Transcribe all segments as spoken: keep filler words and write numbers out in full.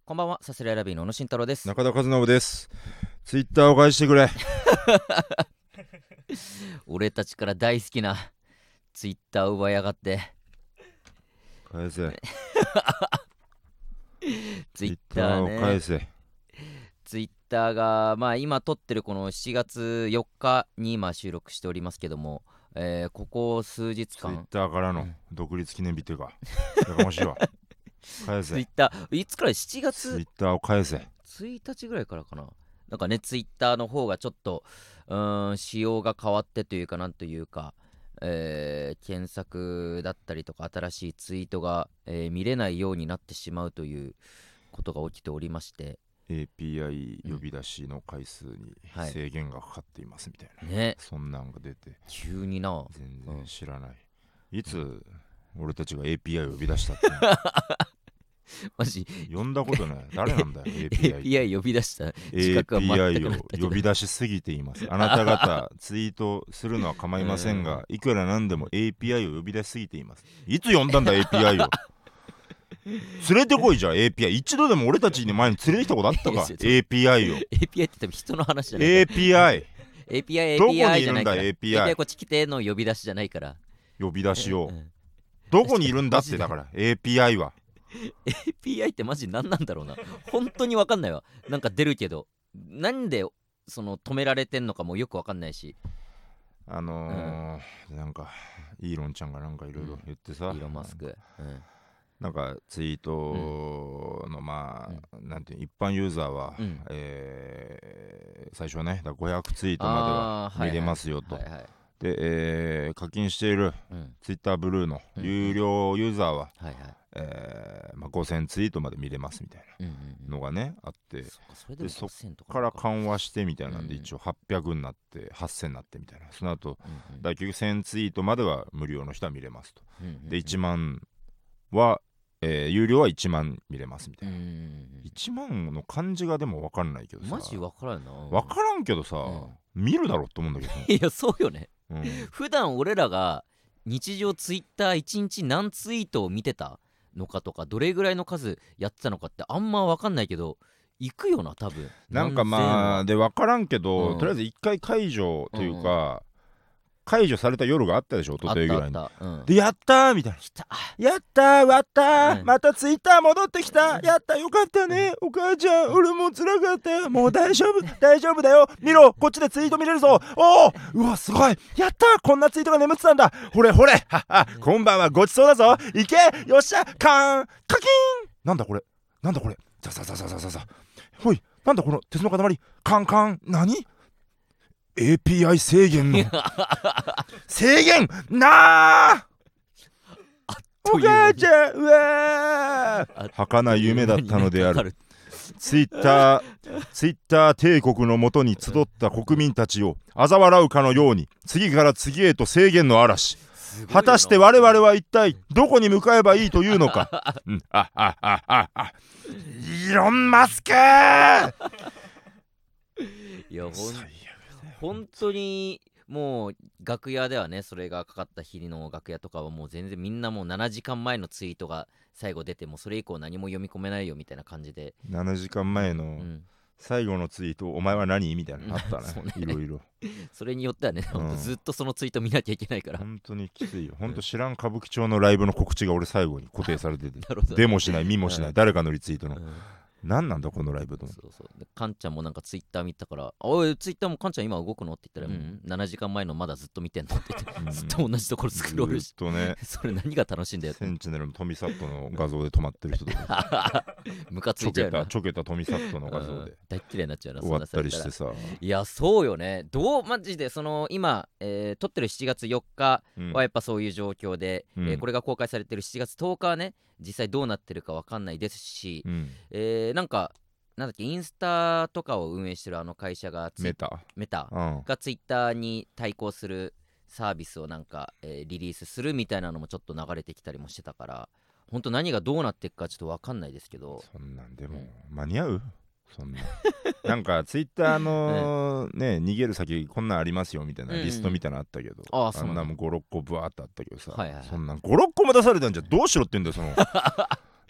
こんばんは、サスレラビーの小野慎太郎です。 中田和信です。ツイッターを返してくれ。 俺たちから大好きなツイッターを奪いやがって返せ。 ツイッターね、 ツイッターを返せ。 ツイッターがまあ今撮ってるこのしちがつよっかに今収録しておりますけども、えー、ここ数日間ツイッターからの独立記念日っていうか、やかましいわ。返せ。 ツイッターいつからしちがつツイッターを返せ。 ついたちぐらいからかな。なんかね、ツイッターの方がちょっとうーん仕様が変わってというかなんというか、えー検索だったりとか新しいツイートが、えー見れないようになってしまうということが起きておりまして、 エーピーアイ 呼び出しの回数にはい制限がかかっていますみたいな、 ね、 そんなんが出て急にな全然うん知らない、いつ俺たちが エーピーアイ を呼び出したってマジ呼んだことない。誰なんだよ エーピーアイエーピーアイ 呼び出した自覚は全くなかったけエーピーアイどを呼び出しすぎています。あなた方ツイートするのは構いませんが、いくらなんでも エーピーアイ を呼び出しすぎています。いつ呼んだんだ エーピーアイ を。連れてこいじゃあ エーピーアイ。一度でも俺たちに前に連れてきたことあったか。 エーピーアイ を。 エーピーアイ って多分人の話じゃないからエーピーアイエーピーアイどこにエーピーアイいるんだじゃないからエーピーアイこっち来ての呼び出しじゃないから、 呼び出しをうんどこにいるんだってだから エーピーアイ は。 エーピーアイ ってマジ何なんだろうな。本当に分かんないわ。なんか出るけどなんでその止められてんのかもよく分かんないし、 あのーなんかイーロンちゃんがなんかいろいろ言ってさ、 イーロン・マスク、うんなんかツイートのまあ、なんていう一般ユーザーは、 うんえー最初はねだからごひゃくツイートまであーは見れますよと、 はいはいで、えー課金しているうんツイッターブルーのうん有料ユーザーは、 はいはいえーまあ、ごせんツイートまで見れますみたいうんうんなうんのがねあって、 そっかそれでもでそっごせんとかからなんか緩和してみたいなんで、 うん一応はっぴゃくになってはっせんになってみたいな、その後うんうんだ結局せんツイートまでは無料の人は見れますと、 うんうんうんでいちまんは、えー有料はいちまん見れますみたいな、 うんうんうんいちまんの漢字がでも分かんないけどさ、 マジ分からんな。 分からんけどさ、 うん見るだろって思うんだけど、 いやそうよね。 うん、 普段俺らが日常ツイッターいちにち何ツイートを見てたのかとかどれぐらいの数やってたのかってあんま分かんないけど行くよな多分。 なんかまあで分からんけど、 うんとりあえず一回解除というか、解除された夜があったでしょ、一昨日ぐらいに。 あったあった、うん、 でやったーみたいな、 来たやったーわったー、 うんまたツイッター戻ってきた、やったよかったね、お母ちゃん俺も辛かったよ、もう大丈夫大丈夫だよ、見ろこっちでツイート見れるぞ、おおうわすごい、やったー、こんなツイートが眠ってたんだ、ほれほれはっは、こんばんはごちそうだぞ、いけよっしゃカーンカキーン、なんだこれなんだこれ、ザザザザザザザ、ほいなんだこの鉄の塊、カンカン、何 エーピーアイ 制限の制限なあ、お母ちゃん、うわー、儚い夢だったのである。ツイッターツイッター帝国のもとに集った国民たちを嘲笑うかのように次から次へと制限の嵐、果たして我々は一体どこに向かえばいいというのか、うん、あああああイーロン・マスクいやほん本当にもう楽屋ではね、それがかかった日の楽屋とかはもう全然みんなもうななじかんまえのツイートが最後出てもそれ以降何も読み込めないよみたいな感じで、 ななじかんまえのうん、 最後のツイート、お前は何みたいなのあったそうね、 ねいろいろそれによってはね、 うんほんとずっとそのツイート見なきゃいけないから本当にきついよ。本当知らん歌舞伎町のライブの告知が俺最後に固定されててなるほどでもしない見もしない、 うん誰かのリツイートの、 うん何なんだこのライブと思って、 そうそうでカンちゃんもなんかツイッター見たから「おいツイッターもカンちゃん今動くの?」って言ったら「 ううんん、ななじかんまえのまだずっと見てんの?」って言って、 うんずっと同じところスクロールずしっとねそれ何が楽しいんだよってセンチネルのトミサットの画像で止まってる人とかムカつちょけいちゃうよなたちょけたトミサットの画像うんで大っ嫌いになっちゃうな終わったりそんなされしてさ、 いやそうよね、どうマジでその今、えー撮ってるしちがつよっかうんはやっぱそういう状況で、 うんえーこれが公開されてるしちがつとおかはね実際どうなってるかわかんないですし、 うん、 えーなんかなんだっけインスタとかを運営してるあの会社がツイメタ、 メタうん、 がツイッターに対抗するサービスをなんか、えーリリースするみたいなのもちょっと流れてきたりもしてたから、本当何がどうなっていくかちょっと分かんないですけど、 そんなんでも間に合うそんななんかツイッターのね逃げる先こんなんありますよみたいなリストみたいなのあったけど、 ああそうなんだあんなもごろっこブワーってあったけどさ、 はいはいはいそんなんごろっこも出されたんじゃどうしろってんだよその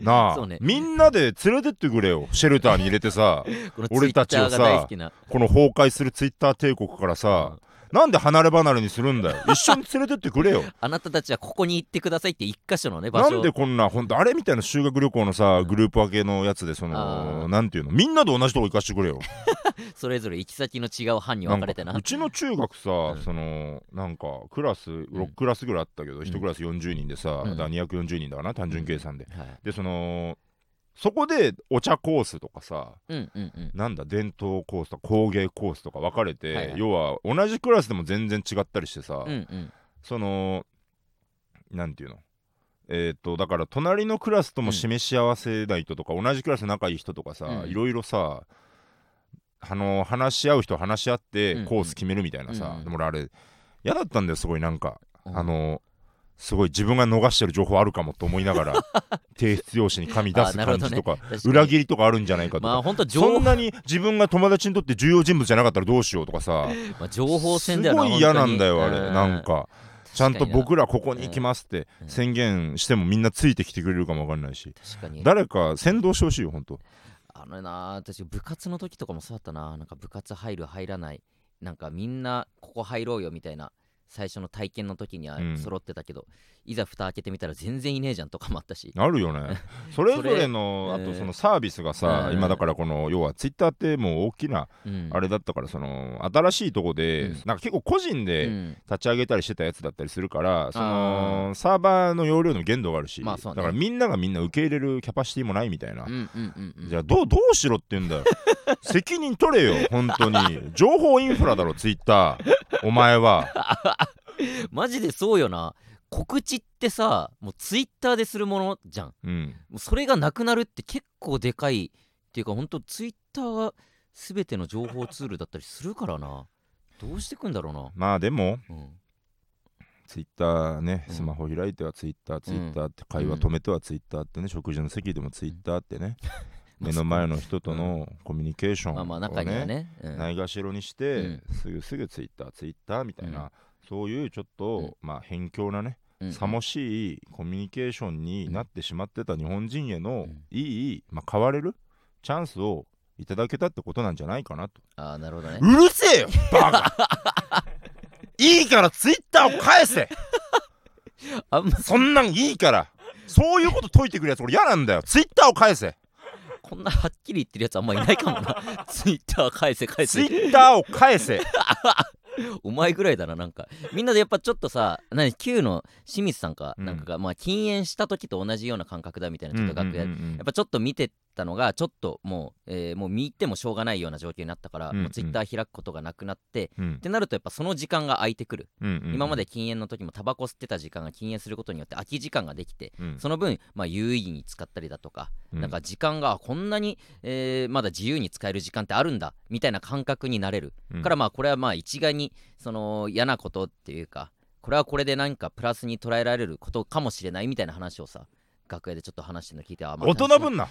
なあ、 そうねみんなで連れてってくれよ、シェルターに入れてさこの俺たちをさ Twitter が大好きな、 この崩壊するツイッター帝国からさ、なんで離れ離れにするんだよ。一緒に連れてってくれよあなたたちはここに行ってくださいって一箇所のね場所。 なんでこんなほんとあれみたいな修学旅行のさグループ分けのやつで、そのなんていうの、みんなで同じとこ行かしてくれよそれぞれ行き先の違う班に分かれてな。 んかうちの中学さ、 うんそのなんかクラスろくクラスぐらいあったけど、 んいちクラスよんじゅうにんでさ、 うんだからにひゃくよんじゅうにんだかな、単純計算で、 はい、 でそのそこでお茶コースとかさ、 うんうんうん、 なんだ伝統コースとか工芸コースとか分かれて、 はいはい、 要は同じクラスでも全然違ったりしてさ、 うんうん、 そのなんていうの、えー、っとだから隣のクラスとも示し合わせないととか、うん、同じクラス仲いい人とかさ、うん、いろいろさ、あの話し合う人話し合ってコース決めるみたいなさ、うんうん、でも俺あれ嫌だったんだよ、すごいなんか、うん、あのすごい自分が逃してる情報あるかもと思いながら提出用紙に紙出す感じとか、ね、裏切りとかあるんじゃないかとか、まあ、本当そんなに自分が友達にとって重要人物じゃなかったらどうしようとかさ、 まあ、情報戦だよな、 すごい嫌なんだよあれ、なんかちゃんと僕らここに行きますって宣言してもみんなついてきてくれるかも分かんないし、確かに誰か先導してほしいよ本当。 あのな、私部活の時とかもそうだったな、なんか部活入る入らない、なんかみんなここ入ろうよみたいな最初の体験の時には揃ってたけど、うん、いざ蓋開けてみたら全然いねえじゃんとかもあったし、 あるよねそれぞれの、あとそのサービスがさ、今だからこの要はツイッターってもう大きなあれだったから、その新しいとこで、うん、なんか結構個人で立ち上げたりしてたやつだったりするから、うん、そのサーバーの容量の限度があるし、まあそうね、だからみんながみんな受け入れるキャパシティもないみたいな、うんうんうんうん、じゃあどうどうしろって言うんだよ責任取れよ本当に情報インフラだろツイッターお前はマジでそうよな。告知ってさ、もうツイッターでするものじゃん、うん、もうそれがなくなるって結構でかいっていうか、ほんとツイッターが全ての情報ツールだったりするからな。どうしてくんだろうな。まあでも、うん、ツイッターね、スマホ開いてはツイッター、うん、ツイッターって会話止めてはツイッターってね、食事の席でもツイッターってね、うん、目の前の人とのコミュニケーションをね、まあまあ中にはね、うん、ないがしろにして、うん、すぐすぐツイッターツイッターみたいな、うん、そういうちょっと、うん、まあ偏境なね、うん、さもしいコミュニケーションになってしまってた日本人への、うん、いい、まあ、変われるチャンスをいただけたってことなんじゃないかなと。 あー、なるほどね。 うるせえよバカいいからツイッターを返せあんまそんなんいいから、そういうこと解いてくるやつ俺嫌なんだよ。ツイッターを返せ。 こんなはっきり言ってるやつあんまいないかもなツイッター返せ返せツイッターを返せお前ぐらいだな。なんかみんなでやっぱちょっとさ、何 Q の清水さんか、うん、なんかがまあ禁煙した時と同じような感覚だみたいな、ちょっと楽屋、うんうんうんうん、やっぱちょっと見てたのがちょっともう、えー、もう見てもしょうがないような状況になったから、うんうん、もうツイッター開くことがなくなって、うん、ってなるとやっぱその時間が空いてくる、うんうんうん、今まで禁煙の時もタバコ吸ってた時間が禁煙することによって空き時間ができて、うん、その分、まあ、有意義に使ったりだとか、うん、なんか時間がこんなに、えー、まだ自由に使える時間ってあるんだみたいな感覚になれる、うん、からまあこれはまあ一概にその嫌なことっていうか、これはこれで何かプラスに捉えられることかもしれないみたいな話をさ、楽屋でちょっと話してるの聞いて、あ、まあ、 大人ぶんな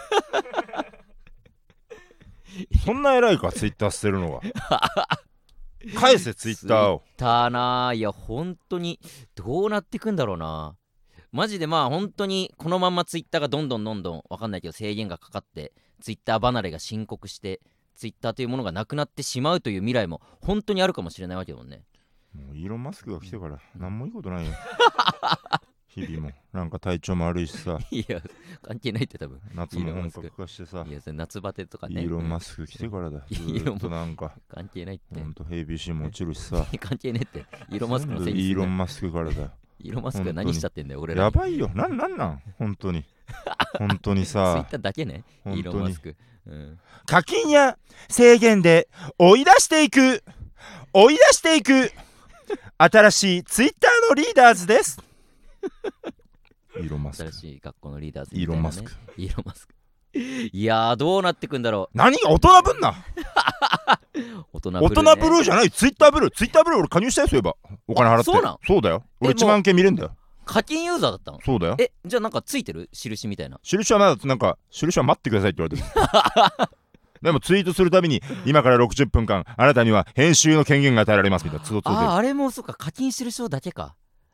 そんな偉いかツイッター捨てるのが返せツイッターを。 ツイッターな、いや本当にどうなってくんだろうな。マジでまあ本当にこのまんまツイッターがどんどんどんどんわかんないけど制限がかかってツイッター離れが深刻してツイッターというものがなくなってしまうという未来も本当にあるかもしれないわけだもんね。 もうイーロン・マスクが来てから何もいいことないよ日々もなんか体調も悪いしさいや関係ないって多分夏も本格化してさ、 いやそれ夏バテとかね、 イーロン・マスク来てからだ、ずーっとなんか関係ないってほんと エービーシー も落ちるしさ関係ねえって、イーロン・マスクのせいにする。 イーロン・マスクからだよ。 イーロン・マスクが何しちゃってんだよ俺ら。 やばいよ、なんなんなん本当に本当にさツイッターだけね、イーロン・マスク、うん、 課金や制限で追い出していく追い出していく新しいツイッターのリーダーズですイーロン・マスク、 新しい学校のリーダーズみたいな、ね、イーロン・マスクイーロン・マスクいやーどうなってくんだろう。 何が大人ぶんな大人ブルー、ね、 大人ブルーじゃない、ツイッターブルー、ツイッターブルー俺加入したよ、そういえばお金払って。 そうなん？ そうだよ、俺いちまんけん見れんだよ。 課金ユーザーだったの？ そうだよ。 え、じゃあなんかついてる印みたいな。 印はなんだ、なんか印は待ってくださいって言われてるでもツイートするたびに今からろくじゅっぷんかんあなたには編集の権限が与えられますみたいな、つどつどで。 ああ、あれもそうか、課金印だけか。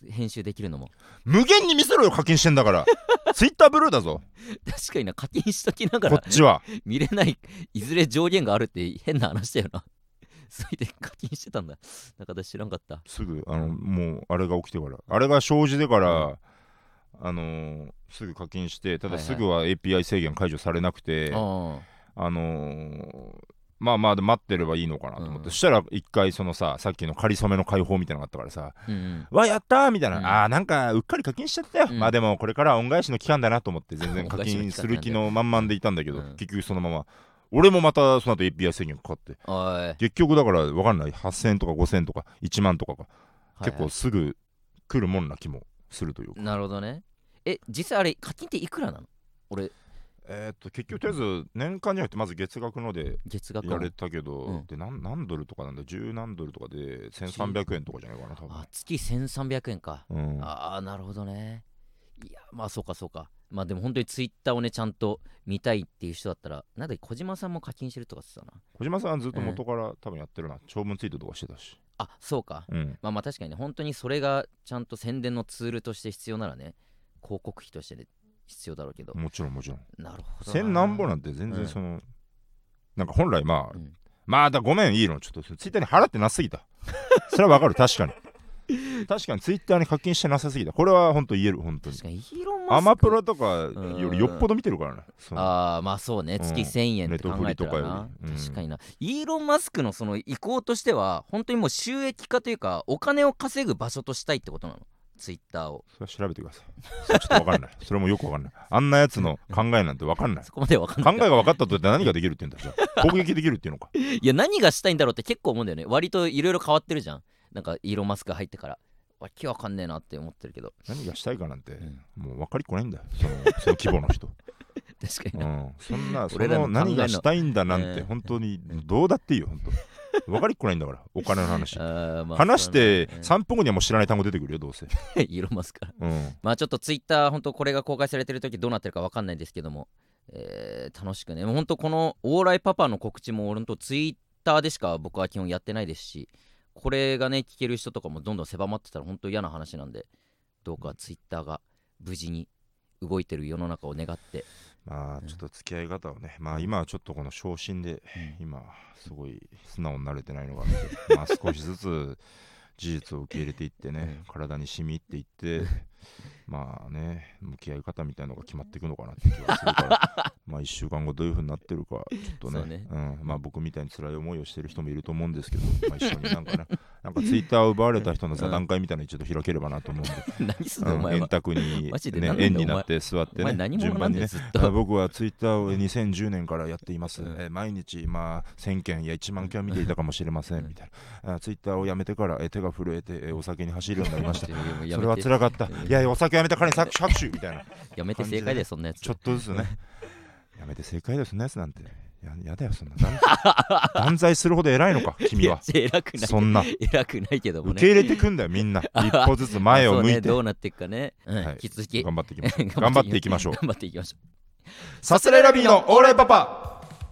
編集できるのも。 無限に見せろよ、課金してんだからツイッターブルーだぞ確かにな、課金しときながらこっちは見れない、いずれ上限があるって変な話だよなそれで課金してたんだ。中田知らんかった。 すぐあのもうあれが起きてから、あれが生じてから、あのー、すぐ課金して、ただすぐは エーピーアイ 制限解除されなくて、はいはい、あのー、まあまあ待ってればいいのかなと思って、うん、そしたら一回そのさ、さっきの仮初めの解放みたいなのがあったからさ、うんうん、わやったーみたいな、うん、あーなんかうっかり課金しちゃったよ、うん、まあでもこれからは恩返しの期間だなと思って全然課金する気の満々でいたんだけど、うん、結局そのまま俺もまたその後 エーピーアイ 制限かかって、結局だから分かんない、はっせんえんとかごせんえんとかいちまんとかが、はいはい、結構すぐ来るもんな気もするというか。 なるほどね。え、実際あれ課金っていくらなの？俺えー、っと結局とりあえず年間に入ってまず月額のでやれたけど、うん、で 何, 何ドルとかなんだ、じゅうなんドルとかでせんさんびゃくえんとかじゃないかな多分。 あ、月せんさんびゃくえんか、 うん、 ああなるほどね。いやまあそうかそうか。まあでも本当にツイッターをねちゃんと見たいっていう人だったら、なんだ小島さんも課金してるとかって言ってたな。 小島さんはずっと元から多分やってるな、長文ツイートとかしてたし。 あ、そうか、うん、まあまあ確かにね、本当にそれがちゃんと宣伝のツールとして必要ならね、広告費として、ね、必要だろうけど。 もちろんもちろん。 なるほどな。 千何本なんて全然その、うん、なんか本来まあ、うん、まあだごめんいいの、ちょっとツイッターに払ってなすぎたそれはわかる、確かに確かにツイッターに課金してなさすぎた。これは本当言える、本当に。 確かにイーロンマスクアマプロとかよりよっぽど見てるからね。 ああまあそうね、月せんえんって考えたらな、うん、確かにな。イーロンマスクのその意向としては本当にもう収益化というかお金を稼ぐ場所としたいってことなの、ツイッターを。 それは調べてください。それちょっと分かんないそれもよく分かんない。あんなやつの考えなんて分かんないそこまで分かんない。 考えが分かったとって何ができるって言うんだじゃあ攻撃できるっていうのかいや何がしたいんだろうって結構思うんだよね。割といろいろ変わってるじゃん、なんかイーロンマスクが入ってから。わけわかんねえなって思ってるけど、 何がしたいかなんて、うん、もう分かりっこないんだよ、そのその規模の人確かにな、 うん、そんなその何がしたいんだなんて、えー、本当にどうだっていいよ、本当分かりっこないんだからお金の話まあ、話してさんぷんごにはもう知らない単語出てくるよどうせイーロンマスクから、うん、まあちょっとツイッター本当これが公開されてる時どうなってるか分かんないですけども、えー、楽しくね、本当このオーライパパの告知も俺とツイッターでしか僕は基本やってないですし、これがね聞ける人とかもどんどん狭まってたら本当嫌な話なんで、どうかツイッターが無事に動いてる世の中を願って、 まあちょっと付き合い方をね、うん、まあ今はちょっとこの昇進で、うん、今すごい素直になれてないのがあってまあ少しずつ事実を受け入れていってね、うん、体に染み入っていってまあね向き合い方みたいなのが決まっていくのかなって気がするからまあいっしゅうかんごどういう風になってるかちょっと ね, ね、うん、まあ僕みたいに辛い思いをしてる人もいると思うんですけど、まあ、一緒になんかねなんかツイッターを奪われた人の座談会みたいなの一度開ければなと思うんで何すんの、うん、お前は円卓に、ね、円になって座ってね順番にね僕はツイッターをにせんじゅうねんからやっています、うんえー、毎日まあせんけんいやいちまんけんは見ていたかもしれませんみたいな、ツイッターをやめてから、えー、手が震えて、えー、お酒に走るようになりましたそれは辛かった、いやいやお酒やめたからに拍手みたいなやめて正解でそんなやつちょっとずつねやめて正解でそんなやつなんてや, やだよそんな断罪するほど偉いのか君は。 偉くない、 そんな偉くないけどもね、 受け入れてくんだよみんな一歩ずつ前を向いて、ね、 どうなっていくかね、うんはい、引き続き頑張っていきましょう頑張っていきましょう頑張っていきましょう。 さすらいラビーのオーライパパ。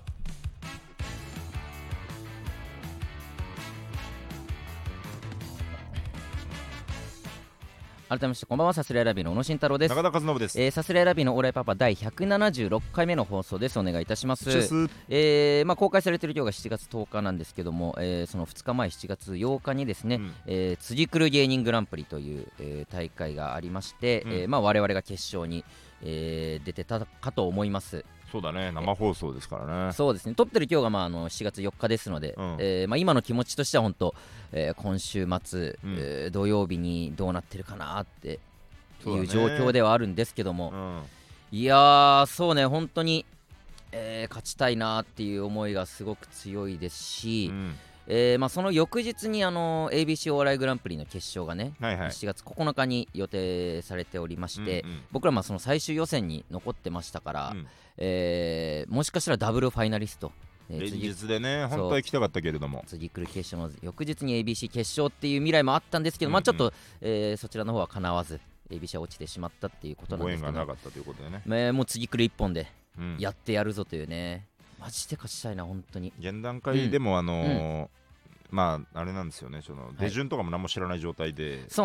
改めましてこんばんは、さすらいラビーの小野慎太郎です。 中田和信です。 えー、さすらいラビーのオーライパパだいひゃくななじゅうろっかいめの放送です。お願いいたします。えーまあ、公開されている今日がしちがつとおかなんですけども、えー、そのふつかまえしちがつようかにですね、うんえー、次来る芸人グランプリという、えー、大会がありまして、うんえーまあ、我々が決勝に、えー、出てたかと思います。 そうだね、生放送ですからね。 そうですね、撮ってる今日がまああのしちがつよっかですので、うんえーまあ、今の気持ちとしては本当、えー、今週末、うんえー、土曜日にどうなってるかなっていう状況ではあるんですけども、うん、いやーそうね本当に、えー、勝ちたいなっていう思いがすごく強いですし、うんえーまあ、その翌日にあの エービーシー お笑いグランプリの決勝がね、はいはい、しちがつここのかに予定されておりまして、うんうん、僕らまあその最終予選に残ってましたから、うんえー、もしかしたらダブルファイナリスト、 えー、連日でね本当は行きたかったけれども次来る決勝の翌日に エービーシー 決勝っていう未来もあったんですけど、うんうんまあ、ちょっと、えー、そちらの方は叶わず エービーシー は落ちてしまったっていうことなんですけど、 ご縁がなかったということでね、 えー、もう次来る一本でやってやるぞというね、うん、マジで勝ちたいな本当に。 現段階でも、うん、あのーうんまああれなんですよね、その出順とかも何も知らない状態で、 そうね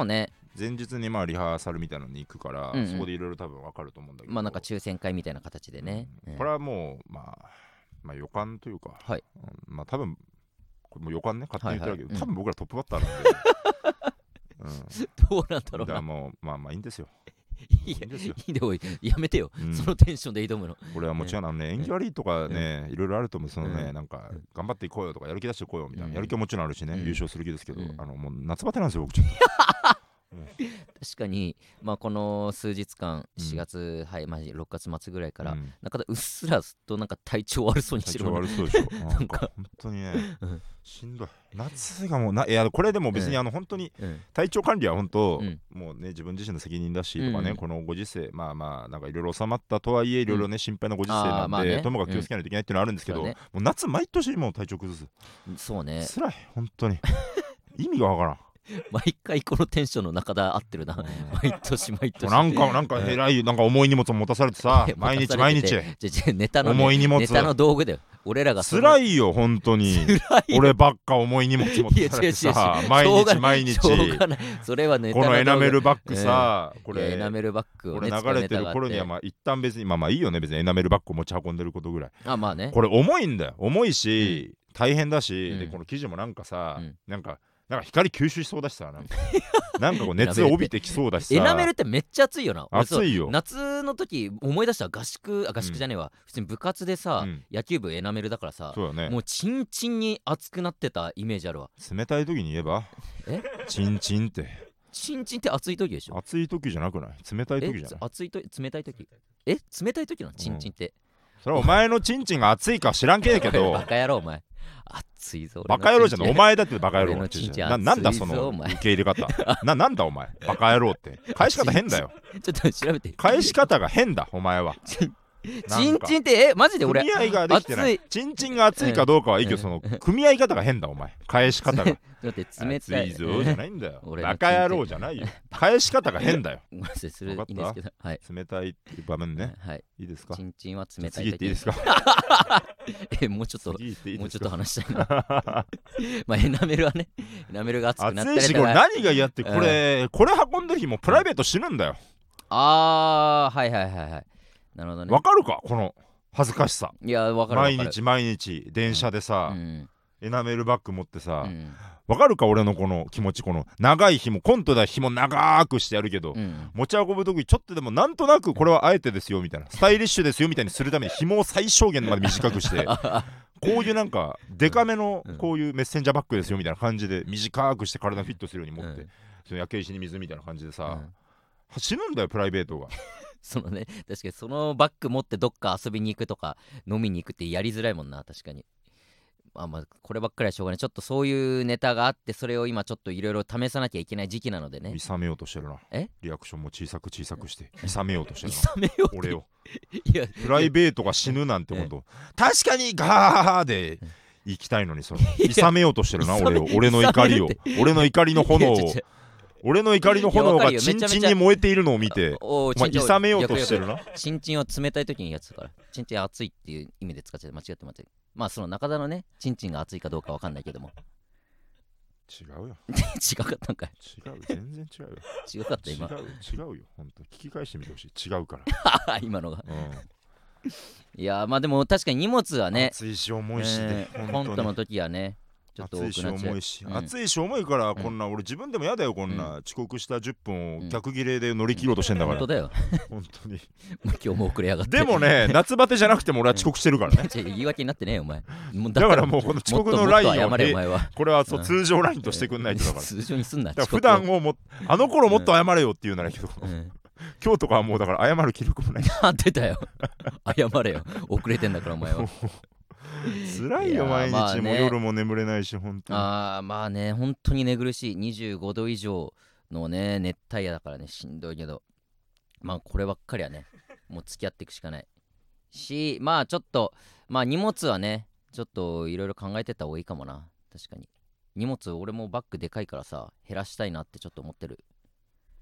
前日にまあリハーサルみたいなのに行くから、 うんうん、 そこでいろいろ多分分かると思うんだけど、 まあなんか抽選会みたいな形でね、 うん、これはもうまあまあ予感というか、 はい、 うん、まあ多分これもう予感ね勝手に言ってるけど、 はいはい、 多分僕らトップバッターなんで、 うん、どうなんだろうな。 だからもうまあまあいいんですよ。 いや、いいでおい、やめてよ、 うん、 そのテンションで挑むの。 これはもちろんあのね、演技悪いとかね、いろいろあると思う。そのね、 うん、 なんか頑張っていこうよとかやる気出していこうよみたいな、 うん、 やる気はもちろんあるしね、 うん、 優勝する気ですけど、 うん、 あのもう夏バテなんですよ僕ちょっと。 確かに、まあ、この数日間しがつ、うん、はい、まあ、ろくがつ末ぐらいから、うん、なんかうっすらとなんか体調悪そうにしてる。 体調悪そうでしょ。なんか本当にね、うん、しんどい。夏がもうないや、これでも別にあの本当に体調管理は本当、うん、もうね自分自身の責任だしとかね、うん、このご時世まあまあなんかいろいろ収まったとはいえいろいろね心配なご時世なんで、まあね、ともかく気をつけないといけないっていうのはあるんですけど、うん、もう夏毎年もう体調崩す。 そうね。 辛い本当に意味がわからん。 毎回このテンションの中田合ってるな。毎年毎年なんかなんか偉いなんか重い荷物を持たされてさ毎日毎日ネタの、ね、 重い荷物ネタの道具だよ。俺らが辛いよ本当に。俺ばっか重い荷物持ってされてさ毎日毎日それはネタのこのエナメルバッグさ、 これエナメルバッグをね流れてる頃にはまあ一旦別にまあまあいいよね別にエナメルバッグを持ち運んでることぐらい。 あまあね。 これ重いんだよ重いし大変だしでこの生地もなんかさなんかなんか光吸収しそうだしさなんかなんかこう熱を帯びてきそうだしさエナメルってめっちゃ熱いよな。 熱いよ。 夏の時思い出した合宿あ合宿じゃねえわ、うん、普通に部活でさ、うん、野球部エナメルだからさ、 そうだね、 もうチンチンに熱くなってたイメージあるわ。 冷たい時に言えばえチンチンってチンチンって熱い時でしょ。 熱い時じゃなくない冷たい時じゃない。 熱いと冷たい時え冷たい時なのチンチンって、うん、 それはお前のチンチンが熱いか知らんけえけどバカ野郎お前熱いぞ。 バカ野郎じゃんお前だってバカ野郎な。 なんだその受け入れ方な。なんだお前バカ野郎って返し方変だよ。 ちょっと調べて。 返し方が変だお前は。 チンチンってえマジで俺組合ができてない。チンチンが熱いかどうかはいいけど、その組合方が変だお前。返し方がだって冷たい熱いぞじゃないんだよ。バカ野郎じゃないよ。返し方が変だよ。 ごめんなさい、それいいんですけど、はい、 冷たいっていう場面ね、 はい、 いいですか。 チンチンは冷たい。 次行っていいですか。 えもうちょっともうちょっと話したいな。まあエナメルはね、エナメルが熱くなったり熱いし、これ何が嫌ってこれこれ運んでる日もプライベート死ぬんだよ。 あーはいはいはいはい、なるほどね。 わかるかこの恥ずかしさ。 いやわかる。 毎日毎日電車でさ、エナメルバッグ持ってさ、わかるか俺のこの気持ち。この長い紐コントで紐長くしてやるけど、持ち運ぶ時ちょっとでもなんとなくこれはあえてですよみたいな、スタイリッシュですよみたいにするために紐を最小限まで短くしてこういうなんかデカめのこういうメッセンジャーバッグですよみたいな感じで短くして体フィットするように持って、その焼け石に水みたいな感じでさ、死ぬんだよプライベートが。 そのね、確かにそのバッグ持ってどっか遊びに行くとか飲みに行くってやりづらいもんな。確かに。まあまあこればっかりはしょうがない。ちょっとそういうネタがあって、それを今ちょっといろいろ試さなきゃいけない時期なのでね。 いさめようとしてるな。 えリアクションも小さく小さくしていさめようとしてるな。 いさめよう俺を。 いやプライベートが死ぬなんてほんと確かにガーで行きたいのに、そのいさめようとしてるな俺を。俺の怒りを俺の怒りの炎を俺の怒りの炎がチンチンに燃えているのを見てお前いさめようとしてるな。 チンチンは冷たい時にやつだから、チンチン熱いっていう意味で使っちゃって間違ってます。まあその中田のねチンチンが熱いかどうかわかんないけども違うよ。 違かったんかい。 違う全然違うよ。 違かった今。 違う違うよ本当。聞き返してみてほしい。違うから今のが、 うん、 いやまあでも確かに荷物はね熱いし重いしで、 えー、コントの時はねちょっと暑いし重いし、 うん、 暑いし重いからこんな、うん、俺自分でも嫌だよこんな、うん、遅刻したじゅっぷんを逆切れで乗り切ろうとしてんだから、 本当だよ本当にもう今日も遅れやがって。 でもね夏バテじゃなくても俺は遅刻してるからね言い訳になってねえよお前。 もうだからもうこの遅刻のラインを謝れお前は。 これはそう、うん、通常ラインとしてくんないとだから通常にすんな。 だから普段をもあの頃もっと謝れよって言うならいいけど、うん、今日とかはもうだから謝る気力もない。 なんでだよ謝れよ遅れてんだからお前は辛いよ毎日も夜も眠れないし本当に。 ああまあね本当に寝苦しい。にじゅうごど以上のね熱帯夜だからねしんどいけど、まあこればっかりはねもう付き合っていくしかないし、まあちょっとまあ荷物はねちょっといろいろ考えてった方がいいかもな。確かに荷物俺もバッグでかいからさ減らしたいなってちょっと思ってる。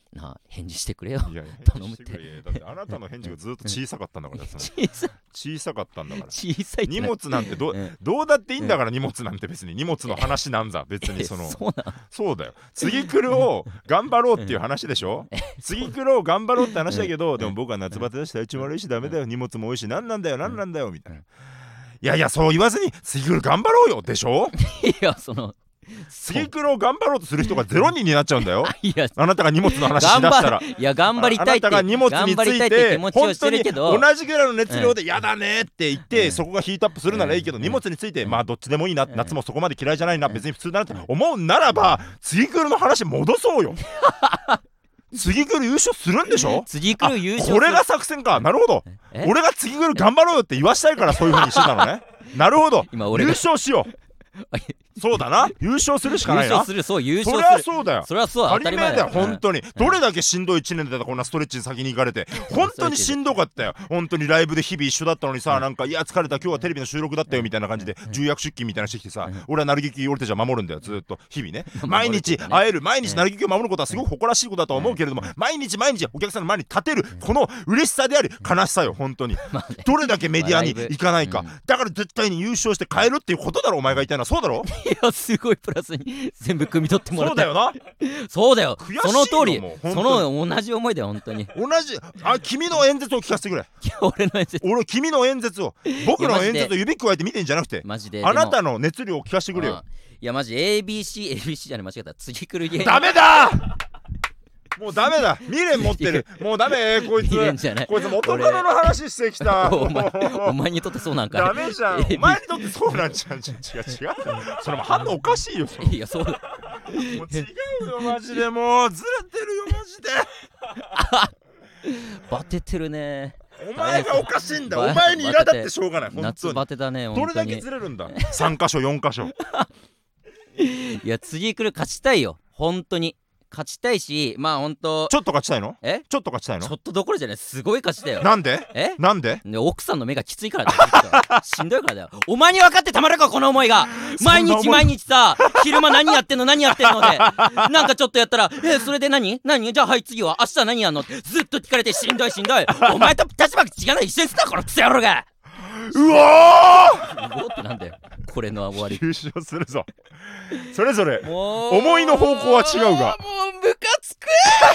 なあ返事してくれよ。 いやいや頼むって返事してくれ。だってあなたの返事がずっと小さかったんだからその小さい小さかったんだから小さいって荷な物なんてど,、 うんどうだっていいんだから荷物なんて別に荷物の話なんざ別にえそのそうなのそうだよ次来るを頑張ろうっていう話でしょ次来るを頑張ろうって話だけどでも僕は夏バテだし体調悪いしダメだよ荷物も多いし何なんだよ何なんだよみたいないやいやそう言わずに次来る頑張ろうよでしょいやその次来るを頑張ろうとする人がゼロにんになっちゃうんだよいやあなたが荷物の話し頑だしたら張いや頑張りたいってあなたが荷物につ頑張りたいいって気持ちをて本当にしてるけど同じぐらいの熱量でやだねって言って、 うんそこがヒートアップするならいいけど、 うん荷物について、 うんまあどっちでもいいな、 ん夏もそこまで嫌いじゃないな、 うん別に普通だなって思うならば、次来るの話戻そうよ次来る優勝するんでしょ次来る優勝これが作戦かなるほどえ俺が次来る頑張ろうよって言わしたいからそういう風にしてたのねなるほど優今俺が勝しようそうだな優勝するしか優ないな勝するそう優そ勝するりゃそうだよそれはそう当当たり前だよたり前だよ本当に、どれだけしんどいいちねんだったこんなストレッチに先に行かれて本当にしんどかったよ本当にライブで日々一緒だったのにさ、 うんなんかいや疲れた今日はテレビの収録だったよみたいな感じで重役出勤みたいなしてきてさ、俺はなる劇俺たちは守るんだよずっと日々ね毎日会える毎日なる劇を守ることはすごく誇らしいことだとは思うけれども、毎日毎日お客さんの前に立てるこの嬉しさであり悲しさよ本当にまあねどれだけメディアに行かないか、 うんだから絶対に優勝して帰るっていうことだろお前が言いたいのはそうだろいやすごいプラスに全部汲み取ってもらったそうだよなそうだよ悔しいよその通りもう本当そにの同じ思いだよ本当にい同じあ君の演説を聞かせてくれや俺の演説俺君の演説を僕の演説を指くわえて見てんじゃなくてマジであなでたの熱量を聞かせてくれよもうんいやマジ エービーシーエービーシー じゃない間違えた次来る芸人ダメだもうダメだ未練持ってるもうダメこいつ未練じゃないこいつ元カノの話してきたお前おも前にとってそうなんうダかメじゃんエービーお前にとってそうなんじゃん違う違う違うそれも反応おかしいよそれもいやそうだう違うよマジでもうずれてるよマジでバテてるねお前がおかしいんだバお前に苛立ってしょうがない本当夏にバテだねどれだけ本当にずれるんださんかしょよんかしょいや次来る勝ちたいよ本当に勝ちたいしまあ本当ちょっと勝ちたいのえちょっと勝ちたいのちょっとどころじゃないすごい勝ちだよなんでえなんでで奥さんの目がきついからだよしんどいからだよお前に分かってたまるかこの思いが毎そんな思い日毎日さ昼間何やってんの何やってんのでなんかちょっとやったらえそれで何何じゃあはい次は明日何やんのずっと聞かれてしんどいしんどいお前と立場が違うの一緒にすなこのクソ野郎がうわーうおってなんだよこれの終わり優勝するぞそれぞれもう思いの方向は違うがもうムカつく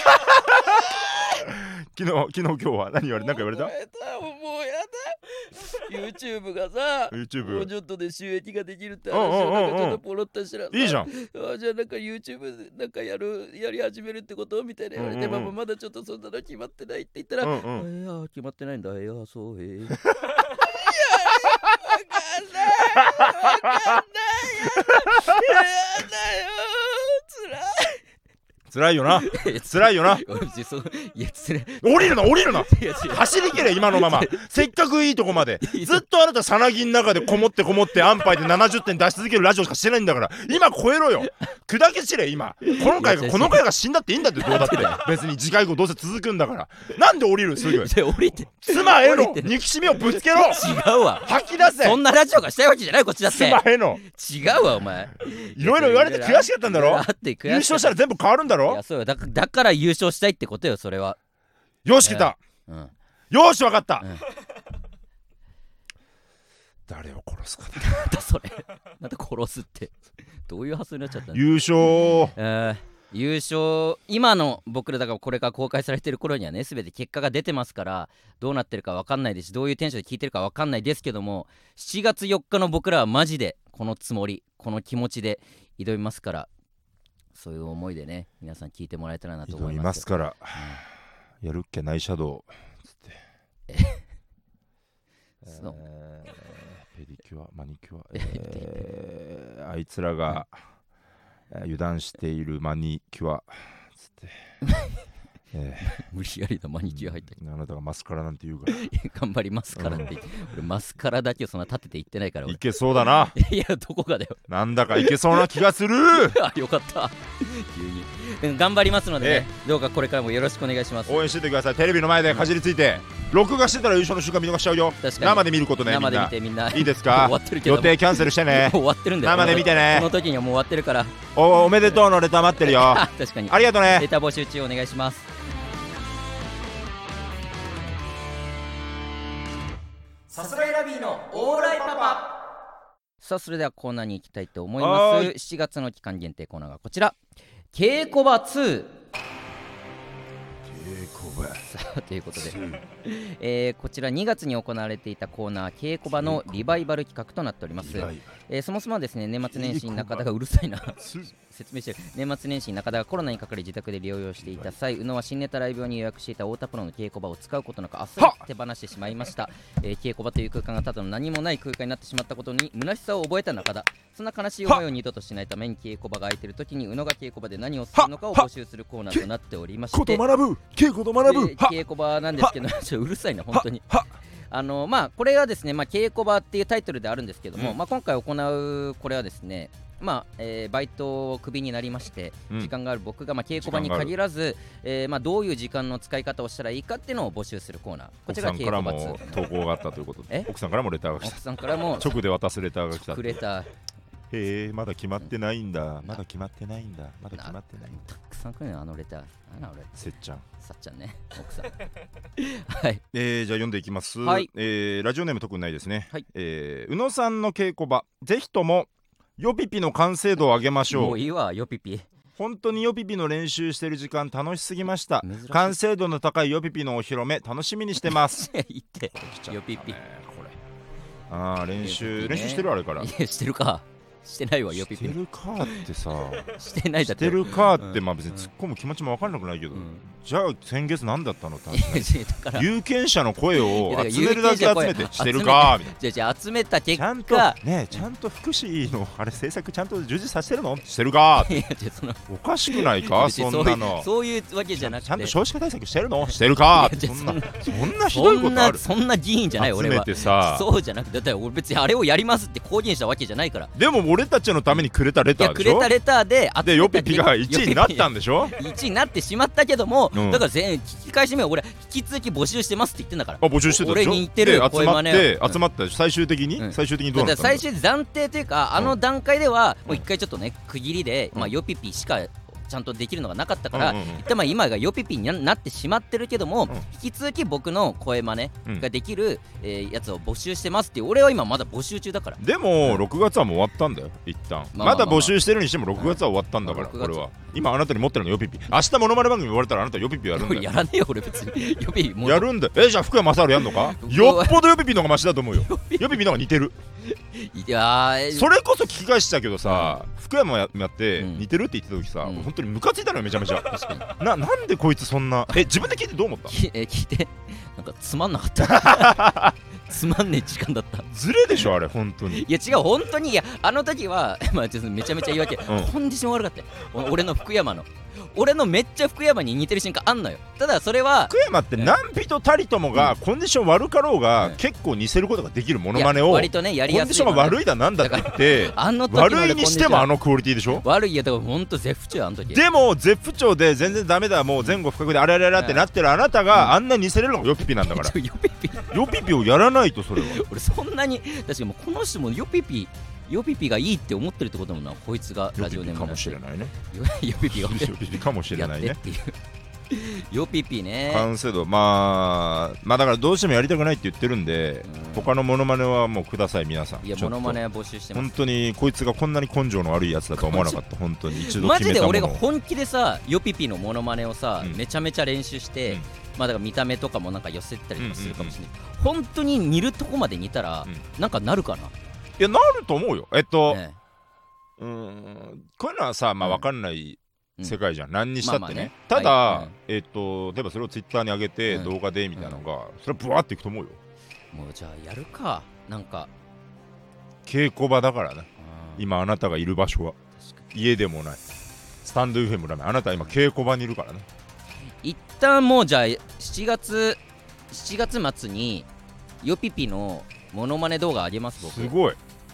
昨日昨日今日は何言われ何か言われたもうやだもうやだ YouTube がさもう YouTube ちょっとで収益ができるってうんうんうんうん話をなんかちょっとポロッとしたらさいいじゃんあじゃあなんか YouTube なんかやるやり始めるってことみたいな言われて、 うんうんうんまあまだちょっとそんなの決まってないって言ったら、 うんうんいや決まってないんだいやそうへえいやわかんないわかんないやだよつらい辛いよな辛いよな俺別にそういやつらい降りるな降りるないや違う走りきれ今のまませっかくいいとこまでずっとあなたさなぎん中でこもってこもって安牌でななじゅってん出し続けるラジオしかしてないんだから今超えろよ砕け散れ今この回がこの回が死んだっていいんだってどうだって別に次回以降どうせ続くんだからなんで降りるすぐで降りて妻への降りて憎しみをぶつけろ違うわ吐き出せそんなラジオがしたいわけじゃないこっちだって妻への違うわお前いろいろ言われて悔しかったんだろだって悔しか優勝したら全部変わるんだいろやそうよだかだから優勝したいってことよそれはよし来たうんよしわかったうん誰を殺すかだなんだそれなんで殺すってどういう発想になっちゃったの優勝えー優勝今の僕らだからこれが公開されてる頃にはね全て結果が出てますからどうなってるか分かんないですしどういうテンションで聞いてるか分かんないですけどもしちがつよっかの僕らはマジでこのつもりこの気持ちで挑みますからそういう思いでね皆さん聞いてもらえたらなと思挑みいまますすからやるっけないシャドウつってそうえーペディキュアマニキュアえーあいつらがえー油断しているマニキュアつってえ無理やりのマニキュア入ったけーあなたがマスカラなんて言うからど頑張りますからって言って俺マスカラだけをそんな立てて言ってないから俺いけそうだないやどこがだよなんだかいけそうな気がするあよかった急にうん頑張りますのでね、 えどうかこれからもよろしくお願いします。 応援しててください。テレビの前でかじりついて、録画してたら優勝の瞬間見逃しちゃうよ。 確かに生で見ることね、みん生で見なてみんないいですか終わってるけど予定キャンセルしてねもう終わってるんだよ。 生で見てねこの時にはもう終わってるからおおめでとうのレター待ってるよ確かにありがとうねレター募集中お願いします。さすらいラビーのオーライパパ。さあそれではコーナーに行きたいと思いはーいます。しちがつの期間限定コーナーがこちら、稽古場ツー。さあということで、えーこちらにがつに行われていたコーナー稽古場のリバイバル企画となっております。えーそもそもはですね、年末年始に中田がうるさいな説明してる。年末年始に中田がコロナにかかり自宅で療養していた際、宇野は新ネタライブ用に予約していた太田プロの稽古場を使うことなくあっさり手放してしまいました。えー稽古場という空間がただの何もない空間になってしまったことに虚しさを覚えた中田。そんな悲しい思いを二度としないために稽古場が空いている時に宇野が稽古場で何をするのかを募集するコーナーとなっておりまして、 こと学ぶ稽古と学ぶえー稽古場なんですけどちょっとうるさいな本当に。あのまあこれはですね、まあ、稽古場っていうタイトルであるんですけども、 うんまあ、今回行うこれはですね、まあえーバイトをクビになりまして、 うん時間がある僕が、まあ、稽古場に限らず、えーまあ、どういう時間の使い方をしたらいいかっていうのを募集するコーナー、こ奥ちらが稽さんから古場もツー。 投稿があったということでえ奥さんからもレターが来た奥さんからも直で渡すレターが来たくれたへえまだ決まってないんだまだ決まってないんだまだ決まってないんだたくさん来るのあのレター。なんだ俺せっちゃんさっちゃんね奥さんはいえー、じゃあ読んでいきます、 はいえーラジオネーム特にないですね、 はいえー宇野さんの稽古場ぜひともヨピピの完成度を上げましょうもういいわヨピピ本当にヨピピの練習してる時間楽しすぎました珍しい完成度の高いヨピピのお披露目楽しみにしてますいいってヨピピこれあー練習、 ヨピピね練習してるあれからいやしてるかしてないわヨピピしてるかってさしてないだってしてるかって、 うんまあ別に突っ込む気持ちも分かんなくないけど、 うんじゃあ先月何だったのって話いやだから有権者の声いをやだから集めるだけ集めて有権者の声してるかみたいなじゃあじゃあ集めた結ちゃんと果ねちゃんと福祉のあれ政策ちゃんと充実させてるのしてるかいやじゃあそのおかしくないか別にそんなのそういうそういうわけじゃなくてちゃんと少子化対策してるのしてるかいやじゃあそんなそんそんなひどいそんことあるなそんな議員じゃない集め俺はてさそうじゃなくてだって俺別にあれをやりますって公言したわけじゃないからでも俺たちのためにくれたレいターでしょやくれたレターででヨピピがいちいになったんでしょいちいになってしまったけども、 うんだから全聞き返し目は俺引き続き募集してますって言ってんだからあ募集してたでしょ俺に言ってるで集まっ声真似をて集まった最終的に、 うん最終的にどうなだったんだから最終暫定というかあの段階ではうんもう一回ちょっとね区切りで、 うんまあ、ヨピピしかちゃんとできるのがなかったから、 うんうんうん一旦まあ今がヨピピにななってしまってるけども、 うん引き続き僕の声真似うんができる、えーやつを募集してますっていう俺は今まだ募集中だからでもろくがつはもう終わったんだよ一旦、 まあまあまあまあまだ募集してるにしてもろくがつは終わったんだから、 うんろくがつこれは今あなたに持ってるのヨピピ明日モノマネ番組終われたらあなたヨピピやるんだよやらねえよ俺別にヨピピもうやるんだよえじゃあ福山雅治やんのかよっぽどヨピピの方がマシだと思うよヨピピの方が似てるいやーそれこそ聞き返したけどさ、福山ややってうん似てるって言ってた時さ、 うん本当にムカついたのよめちゃめちゃ確かにななんでこいつそんなえ自分で聞いてどう思ったきえー聞いてなんかつまんなかったつまんねえ時間だったズレでしょあれ本当にいや違う本当にいやあの時はまあちょっとめちゃめちゃ言い訳、 んコンディション悪かったよお俺の福山の俺のめっちゃ福山に似てる瞬間あんのよただそれは福山って何人たりともがコンディション悪かろうが、 うん結構似せることができるモノマネいやを割とねやりコンディションがやすいのね悪いだなんだって言ってあの時の俺悪いにしてもあコンディションのクオリティでしょ悪いやだからほんと絶不調あの時でも絶不調で全然ダメだもう前後不覚であれあれあれってなってるあなたがあんな似せれるのがヨピピなんだからちょヨピピヨピピをやらないとそれは俺そんなに確かにもうこの人もヨピピヨピピがいいって思ってるってこともなこいつがラジオネームヨピピかもしれいないねヨピピがヨピピかもしれやっないねてっていうヨピピね完成度まあまあだからどうしてもやりたくないって言ってるんでうん他のモノマネはもうください皆さんいやちょっとモノマネは募集してます本当にこいつがこんなに根性の悪いやつだとは思わなかった本当に一度マ決めたものをジで俺が本気でさヨピピのモノマネをさ、 うんめちゃめちゃ練習して、 うんまあだから見た目とかもなんか寄せたりとかするかもしれない、本当に似るとこまで似たら、 うんなんかなるかな、 いやなると思うよえっと、 ねうーんこういうのはさまあうん分かんないうん世界じゃん、何にしたってね,、 まあまあねただ、 はいうんえっと例えばそれをツイッターに上げて、 うん動画でみたいなのが、それはブワーっていくと思うよもうじゃあやるかなんか稽古場だからねうん今あなたがいる場所は確か家でもないスタンド エフエム だねあなたは今稽古場にいるからねに一旦もうじゃあしちがつしちがつ末にヨピピのモノマネ動画上げます僕すごいうん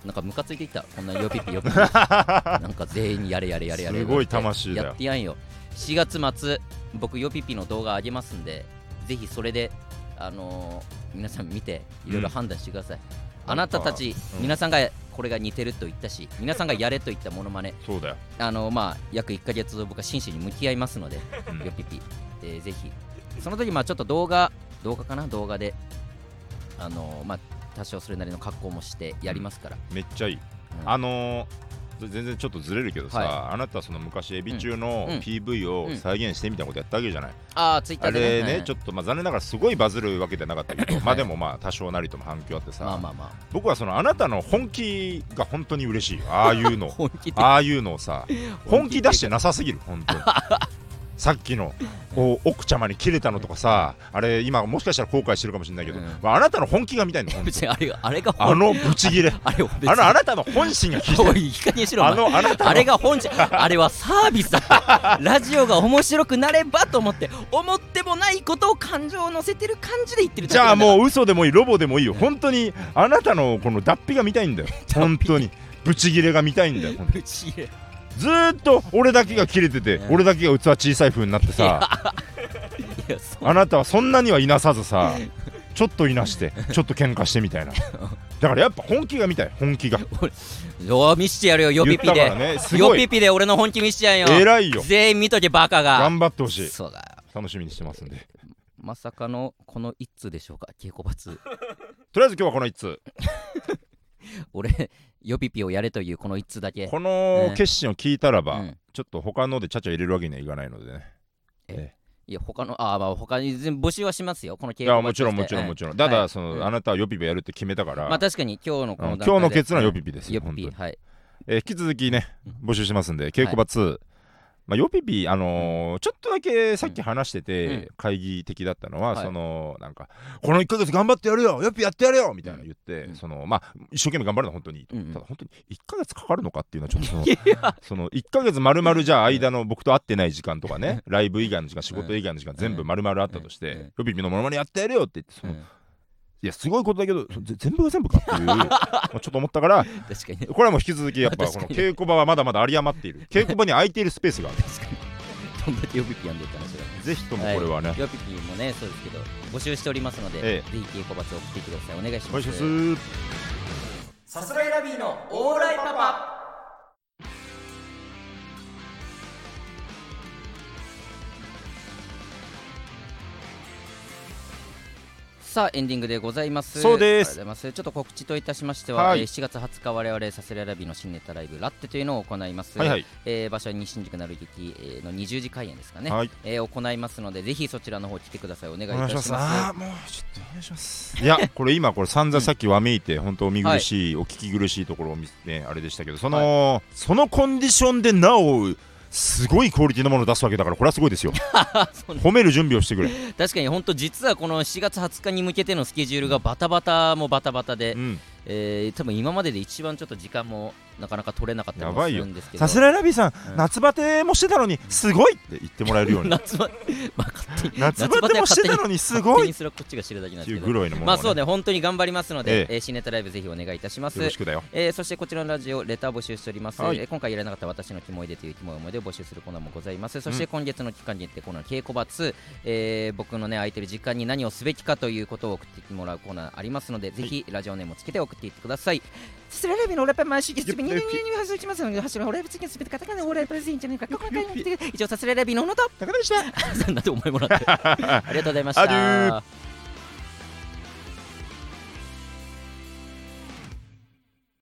なんかムカついていったこんなヨピピヨピピなんか全員にやれやれやれやれすごい魂だよ。 やってやんよ。しがつ末僕ヨピピの動画上げますんで、ぜひそれであのー、皆さん見ていろいろ判断してください、うん、あなたたち、うん、皆さんがこれが似てると言ったし、皆さんがやれと言ったモノマネ、 そうだよ。 あのー、まあ約いっかげつ僕は真摯に向き合いますので、うん、ヨピピ、えー、ぜひその時まあちょっと動画動画かな動画であのー、まあ多少それなりの格好もしてやりますから、 うん、めっちゃいい、うん、あのー全然ちょっとずれるけどさ、はい、あなたその昔エビ中の ピーブイ を再現してみたいなことやったわけじゃない、うんうん、 あ, ツイッターでね、 あれね、 はい、 ちょっとまあ残念ながらすごいバズるわけじゃなかったけどまあでもまあ多少なりとも反響あってさ、まあまあまあ、僕はそのあなたの本気が本当に嬉しい。ああいうのああいうのをさ本気出してなさすぎる本当にさっきのこう奥ちゃまに切れたのとかさ、あれ今もしかしたら後悔してるかもしれないけど、うん、まあ、あなたの本気が見たいのあれがあれがあのブチギレあれあのあなたの本心が聞いてる。 いい加減にしろ。あのあなたのあれが本心あれはサービスだったラジオが面白くなればと思って思ってもないことを感情を乗せてる感じで言ってるだけなんだ。 じゃあもう嘘でもいいロボでもいいよ、本当にあなたのこの脱皮が見たいんだよ本当にブチギレが見たいんだよ。 ブチギレずーっと俺だけが切れてて、うん、俺だけが器小さい風になってさいやあなたはそんなにはいなさずさちょっといなしてちょっと喧嘩してみたいなだからやっぱ本気が見たい本気が俺見してやるよヨピピで、ね、ヨピピで俺の本気見してやんよ。 偉いよ全員見とけバカが頑張ってほしい。 そうだよ楽しみにしてますんで。 まさかのこの一通でしょうか稽古罰とりあえず今日はこの一通俺ヨピピをやれというこの一通だけこの決心を聞いたらば、うん、ちょっと他のでちゃちゃ入れるわけにはいかないのでね。 えいや他のあまあ他に全募集はしますよこの稽古。いやもちろんもちろんもちろん。ただその、はい、あなたはヨピピやるって決めたから。 まあ確かに今日のこの段階で、 うん、今日の結論はヨピピですよ。 ヨピピはい。 えー、引き続きね募集しますんで稽古場ツー、はいまあ、ヨピピ、あのー、ちょっとだけさっき話してて、うん、会議的だったのは、はい、そのなんかこのいっかげつ頑張ってやるよヨピやってやるよみたいな言って、うん、そのまあ一生懸命頑張るのは本当にいいと、うん、ただ本当にいっかげつかかるのかっていうのはちょっとそのそのいっかげつ丸々じゃあ間の僕と会ってない時間とかねライブ以外の時間仕事以外の時間全部丸々あったとして、うん、ヨピピのモノマネやってやるよって言ってその、うんいやすごいことだけど全部が全部かっていうまあちょっと思ったから確かに、ね、 これはもう引き続きやっぱこの稽古場はまだまだ有り余っている稽古場に空いているスペースがある確かにどんだけヨピピやんでって話だぜひともこれはね、 はい、ヨピピもねそうですけど募集しておりますので、ええ、ぜひ稽古場を送っていってくださいお願いします。 お願いします。さすらいラビーのオーライパパ。さあエンディングでございます。 そうです。 ありがとうございます。ちょっと告知といたしましては、はいえー、しがつはつか我々サスレラビの新ネタライブラッテというのを行います、 はいはいえー、場所は西新宿なる劇のにじゅうじ開演ですかね、はいえー、行いますのでぜひそちらの方来てください。お願いいたします。 あもうちょっとお願いしますいやこれ今これ散々さっきわめいて、うん、本当お見苦しい、はい、お聞き苦しいところを見ねあれでしたけどその、はい、そのコンディションでなおすごいクオリティのものを出すわけだからこれはすごいですよ褒める準備をしてくれ。 確かに本当実はこのしがつはつかに向けてのスケジュールがバタバタもバタバタで、うんえー、多分今までで一番ちょっと時間もなかなか取れなかったりもするんですけど、 さすらいラビーさん、うん、夏バテもしてたのにすごいって言ってもらえるように夏バテ、まあ、勝手に夏バテもしてたのにすごいにすらこっちが知るだけなんですけどぐらいのもの、ね、 まあそうね本当に頑張りますので、えええー、新ネタライブぜひお願いいたします。 よろしくだよ、 えー、そしてこちらのラジオレター募集しております、はいえー、今回やれなかった私のキモいでというキモい思い出を募集するコーナーもございます。そして今月の期間限定コーナー稽古場ツー、えー、僕のね空いてる時間に何をすべきかということを送ってもらうコーナーありますので、はい、ぜひラジオネームをつけて送っていってください。さすらいラビーのオーライパパ毎週月曜日に発送しますので柱オーライパ次のすべてカタカナオーライパでいいんじゃないか今回の以上さすらいラビーの小野と高田でしたそんなで思いもらってありがとうございました。